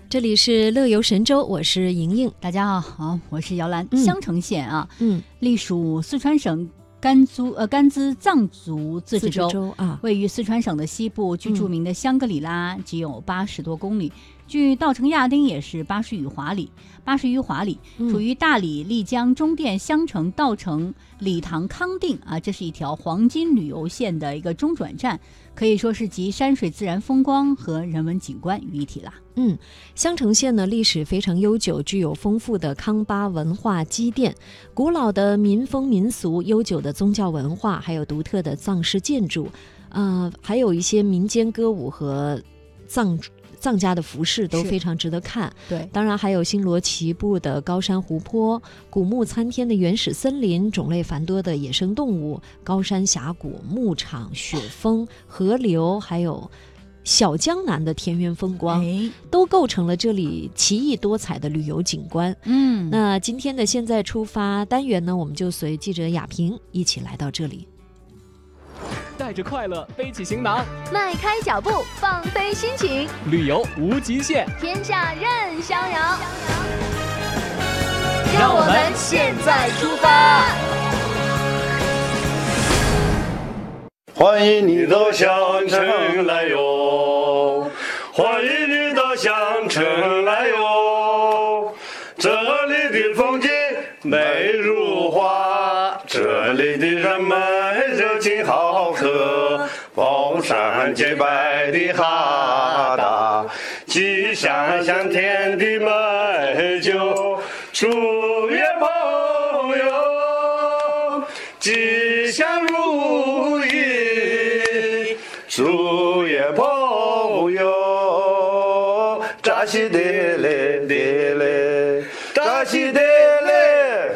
这里是乐游神州，我是莹莹。 大家好，我是姚兰。襄城县隶属四川省甘孜藏族自治州位于四川省的西部，距著名的香格里拉只有80多公里，距稻城亚丁也是80余华里，处于大理、丽江、中甸、襄城、稻城、理塘、康定这是一条黄金旅游线的一个中转站，可以说是集山水自然风光和人文景观于一体啦。 襄城县呢历史非常悠久，具有丰富的康巴文化积淀，古老的民风民俗，悠久的宗教文化，还有独特的藏式建筑，还有一些民间歌舞和藏家的服饰都非常值得看。 对， 当然还有星罗棋布的高山湖泊，古木参天的原始森林，种类繁多的野生动物，高山峡谷、牧场、雪峰、河流，还有小江南的田园风光，都构成了这里奇异多彩的旅游景观。那今天的现在出发单元呢，我们就随记者雅萍一起来到这里。 带着快乐背起行囊， 迈开脚步放飞心情， 旅游无极限， 天下任逍遥。 让我们现在出发。 欢迎你到襄城来哟，欢迎你到襄城来哟，这里的风景美如画，这里的人们热情好客，高山洁白的哈达，吉祥香甜的美酒，祝愿朋友吉祥如意，祝愿朋友扎西得嘞得嘞扎西得嘞。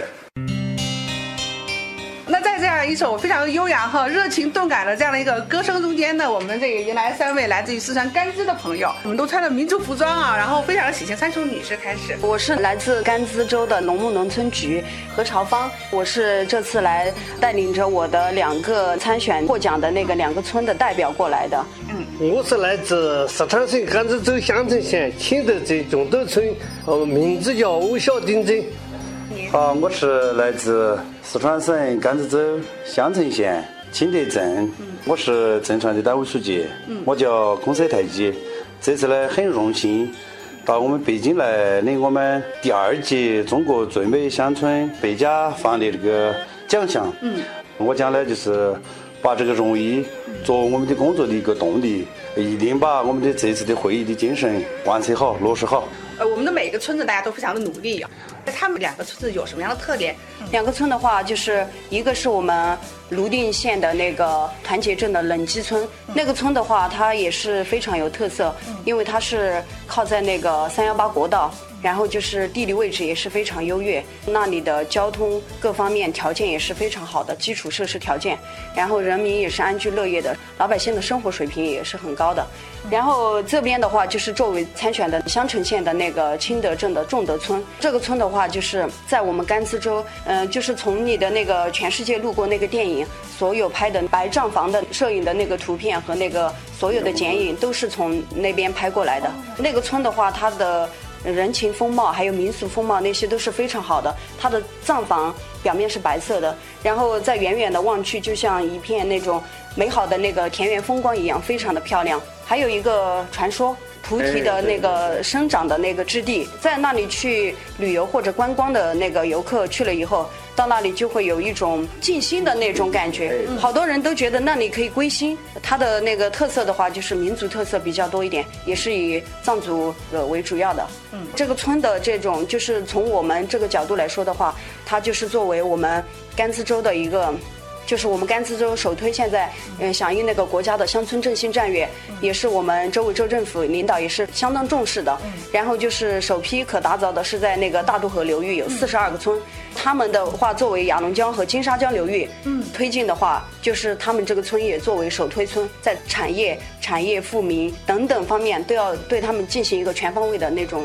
那在这样一首非常优雅和热情动感的这样的一个歌声中间呢，我们这个迎来3位来自于四川甘孜的朋友，我们都穿着民族服装然后非常的喜庆。先从女士开始。 我是来自甘孜州的农牧农村局何朝芳，我是这次来带领着我的2个参选获奖的那个2个村的代表过来的。 我是来自四川省甘孜州襄城县清德镇中斗村，名字叫欧小丁真。 我是来自四川省甘孜州襄城县清德镇，我是镇传的党委书记，我叫龚塞泰基。这次呢很荣幸到我们北京来领我们第2届中国最美乡村百家放的这个奖项。我将来就是把这个荣誉作为我们的工作的一个动力，一定把我们的这次的会议的精神完成好落实好。 我们的每个村子大家都非常的努力他们2个村子有什么样的特点 ？2个村的话，就是一个是我们泸定县的那个团结镇的冷基村，那个村的话它也是非常有特色，因为它是靠在那个318国道，然后就是地理位置也是非常优越，那里的交通各方面条件也是非常好的基础设施条件，然后人民也是安居乐业的，老百姓的生活水平也是很高的。然后这边的话就是作为参选的襄城县的那个清德镇的仲德村，这个村的话就是在我们甘孜州，就是从你的那个全世界路过那个电影所有拍的白帐房的摄影的那个图片和那个所有的剪影都是从那边拍过来的。那个村的话，它的人情风貌还有民俗风貌那些都是非常好的，它的帐房表面是白色的，然后在远远的望去就像一片那种美好的那个田园风光一样，非常的漂亮。还有一个传说，菩提的那个生长的那个之地，在那里去旅游或者观光的那个游客去了以后，到那里就会有一种静心的那种感觉，好多人都觉得那里可以归心。它的那个特色的话就是民族特色比较多一点，也是以藏族为主要的。这个村的这种就是从我们这个角度来说的话，它就是作为我们甘孜州的一个，就是我们甘孜州首推现在响应那个国家的乡村振兴战略，也是我们州委州政府领导也是相当重视的。然后就是首批可打造的是在那个大渡河流域有42个村，他们的话作为雅龙江和金沙江流域推进的话，就是他们这个村也作为首推村，在产业富民等等方面都要对他们进行一个全方位的那种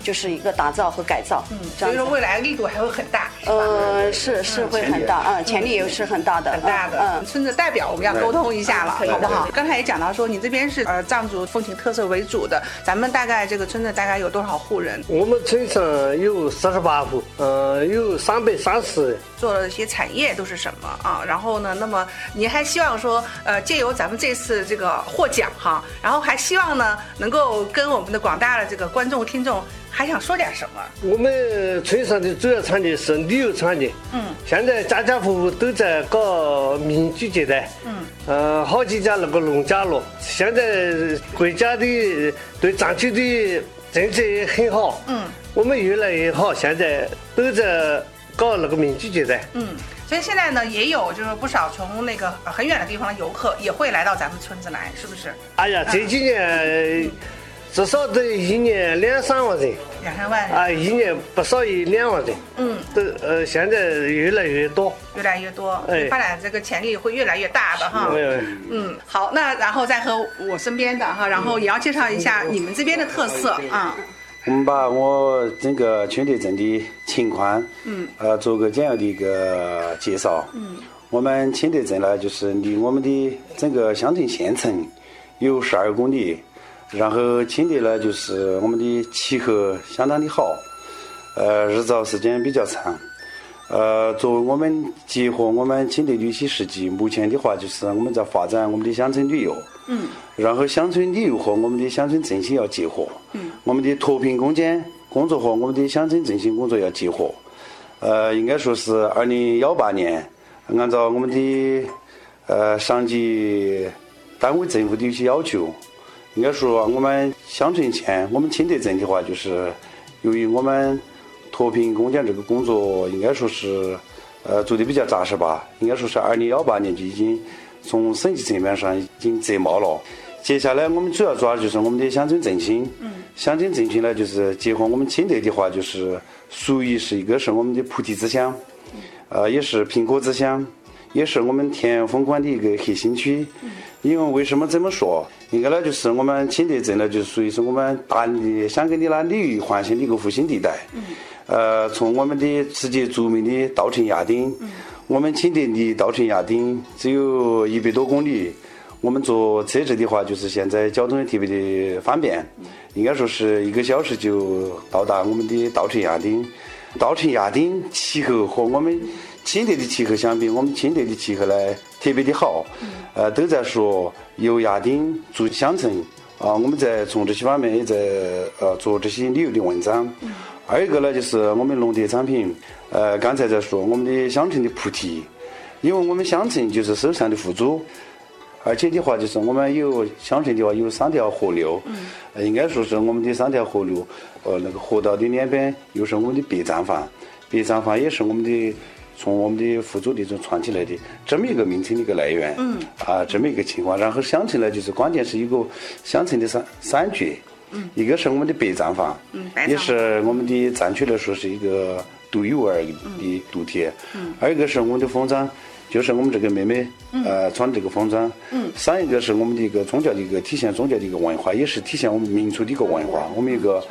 就是一个打造和改造。 所以说未来力度还会很大。 是会很大，潜力也是很大的， 很大的。村子代表我们要沟通一下了，好不好？刚才也讲到说，你这边是藏族风情特色为主的，咱们大概这个村子大概有多少户人？ 我们村上有48户，有330人。 做的一些产业都是什么啊？然后呢，那么你还希望说，借由咱们这次这个获奖哈，然后还希望呢，能够跟我们的广大的这个观众听众还想说点什么？ 我们村上的主要产业是旅游产业，现在家家户户都在搞民居接待，好几家那个农家乐，现在国家的对藏区的政策也很好，我们越来越好，现在都在搞那个民居接待， 所以现在呢，也有就是不少从那个很远的地方的游客也会来到咱们村子来，是不是？ 哎呀，这几年至少得一年2-3万人 ，2-3万人啊， 一年不少于2万人，都现在越来越多，发展这个潜力会越来越大的哈。好，那然后再和我身边的哈，然后也要介绍一下你们这边的特色啊。 我们把我整个圈地镇的情况，做个简要的一个介绍。我们清德镇呢，就是离我们的整个乡镇县城有12公里，然后清德呢，就是我们的气候相当的好，日照时间比较长。作为我们结合我们清德旅西世纪，目前的话就是我们在发展我们的乡村旅游，然后乡村旅游和我们的乡村振兴要结合，我们的脱贫攻坚工作和我们的乡村振兴工作要结合。应该说是2018年，按照我们的上级单位政府的一些要求，应该说我们乡村县，我们清德镇的话，就是由于我们脱贫攻坚这个工作应该说是做的比较扎实吧，应该说是2018年就已经从省级层面上已经摘帽了。接下来我们主要抓的就是我们的乡村振兴，乡村振兴呢就是结合我们清德的话，就是属于是一个是我们的菩提之乡，也是苹果之乡，也是我们田园风光的一个核心区。因为为什么这么说？应该呢就是我们清德镇呢就属于是我们大的香格里拉旅游环境的一个复兴地带。从我们的世界著名的稻城亚丁，我们清德离稻城亚丁只有100多公里。我们坐车子的话，就是现在交通也特别的方便，应该说是1个小时就到达我们的稻城亚丁。稻城亚丁气候和我们清德的气候相比，我们清德的气候呢特别的好，都在说游亚丁住乡村啊，我们在从这些方面也在做这些旅游的文章。二一个呢就是我们农特产品，刚才在说我们的乡村的菩提，因为我们乡村就是首善的付诸。而且的话，就是我们有乡村的话有3条河流，应该说是我们的3条河流，那个河道的两边又是我们的别站房，别站房也是我们的从我们的父祖那种传起来的这么一个名称的一个来源，这么一个情况。然后乡村呢，就是关键是一个乡村的三绝，一个是我们的别站房，也是我们的藏区来说是一个独一无二的独特，二一个是我们的风筝。就是我们这个妹妹，穿这个风筝，上一个是我们的一个宗教的一个体现宗教的一个文化，也是体现我们民族的一个文化。我们一个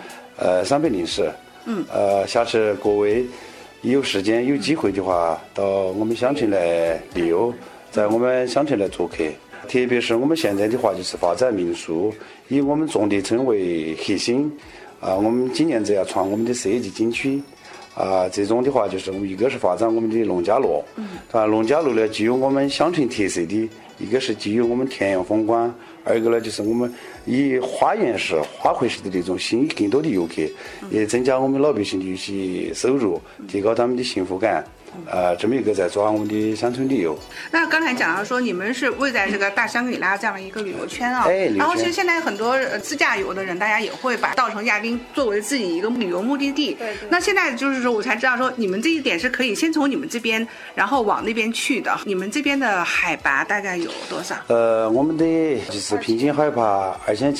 300零下次各位有时间有机会的话，到我们乡村来旅游，在我们乡村来做客。特别是我们现在的话，就是发展民宿，以我们种地村为核心，我们今年子要创我们的设计景区。这种的话就是我们一个是发展我们的农家乐，农家乐呢具有我们乡村特色的，一个是基于我们田园风光，二一个呢就是我们以花园式、花卉式的那种吸引更多的游客，也增加我们老百姓的一些收入，提高他们的幸福感。这么一个在抓我们的乡村旅游。 那刚才讲到说你们是位在这个大香格里拉这样的一个旅游圈啊，然后其实现在很多自驾游的人，大家也会把稻城亚丁作为自己一个旅游目的地。那现在就是说我才知道说你们这一点是可以先从你们这边，然后往那边去的。你们这边的海拔大概有多少？ 我们的就是平均海拔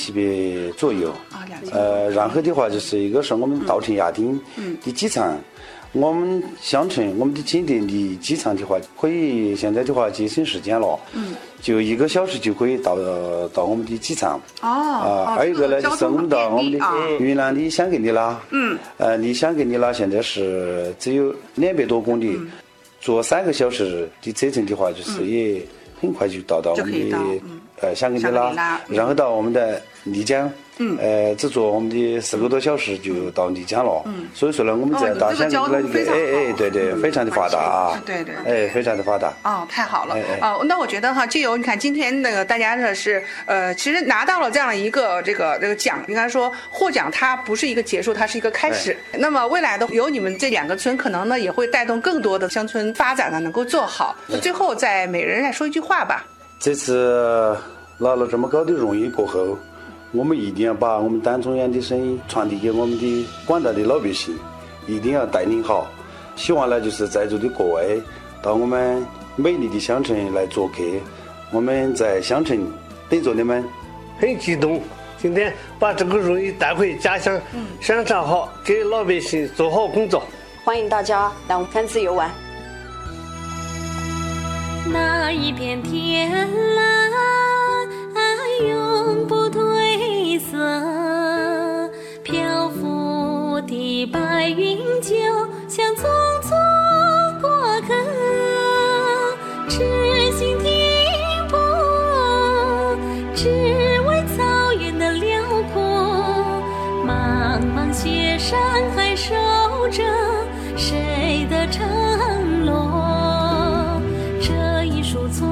2700左右。然后的话就是一个是我们稻城亚丁的机场。 我们乡城我们的景点离机场的话，可以现在的话节省时间了，就1个小时就可以到我们的机场。还有一个呢，就是我们到我们的云南的香格里拉，离香格里拉现在是只有200多公里，坐3个小时的车程的话，就是也很快就到我们的香格里拉，然后到我们的丽江。只坐我们的4个多小时就到丽江了。所以说呢，我们在大香格里拉对，非常的发达啊。对，非常的发达。 太好了。那我觉得哈，借由你看今天那个大家呢是其实拿到了这样的一个这个奖，应该说获奖它不是一个结束，它是一个开始。那么未来的有你们这2个村，可能呢也会带动更多的乡村发展呢能够做好。最后再每人来说一句话吧。 这次拿了这么高的荣誉过后，我们一定要把我们党中央的声音传递给我们的广大的老百姓，一定要带领好。希望呢，就是在座的各位到我们美丽的乡城来做客，我们在乡城等着你们。 很激动，今天把这个荣誉带回家乡，宣传好，给老百姓做好工作。 欢迎大家来我们甘孜游玩。 那一片天蓝，永不褪色，漂浮的白云就像匆匆过客，痴心停泊，只为草原的辽阔，茫茫雪山还守着谁的承诺，这一束葱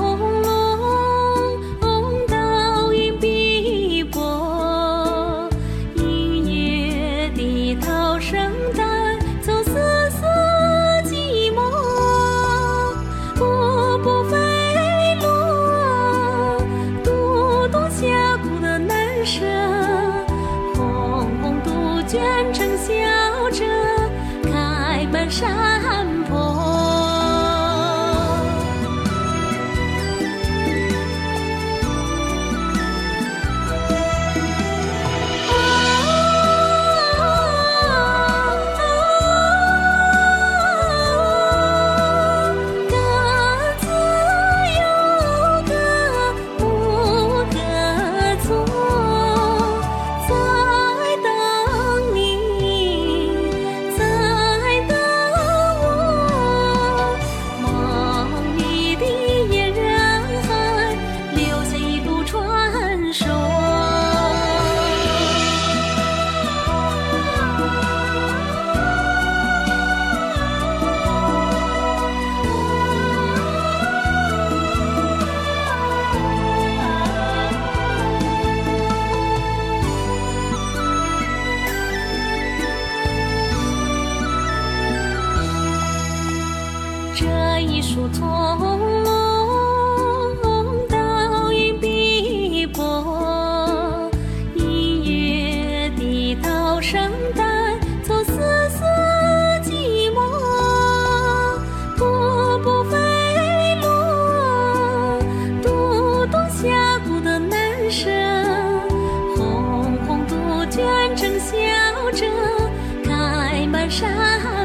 山坡。这一束葱倒影碧波，一月的稻声带走丝丝寂寞，步步飞落，嘟嘟峡谷的男声，红红杜鹃正笑着开满山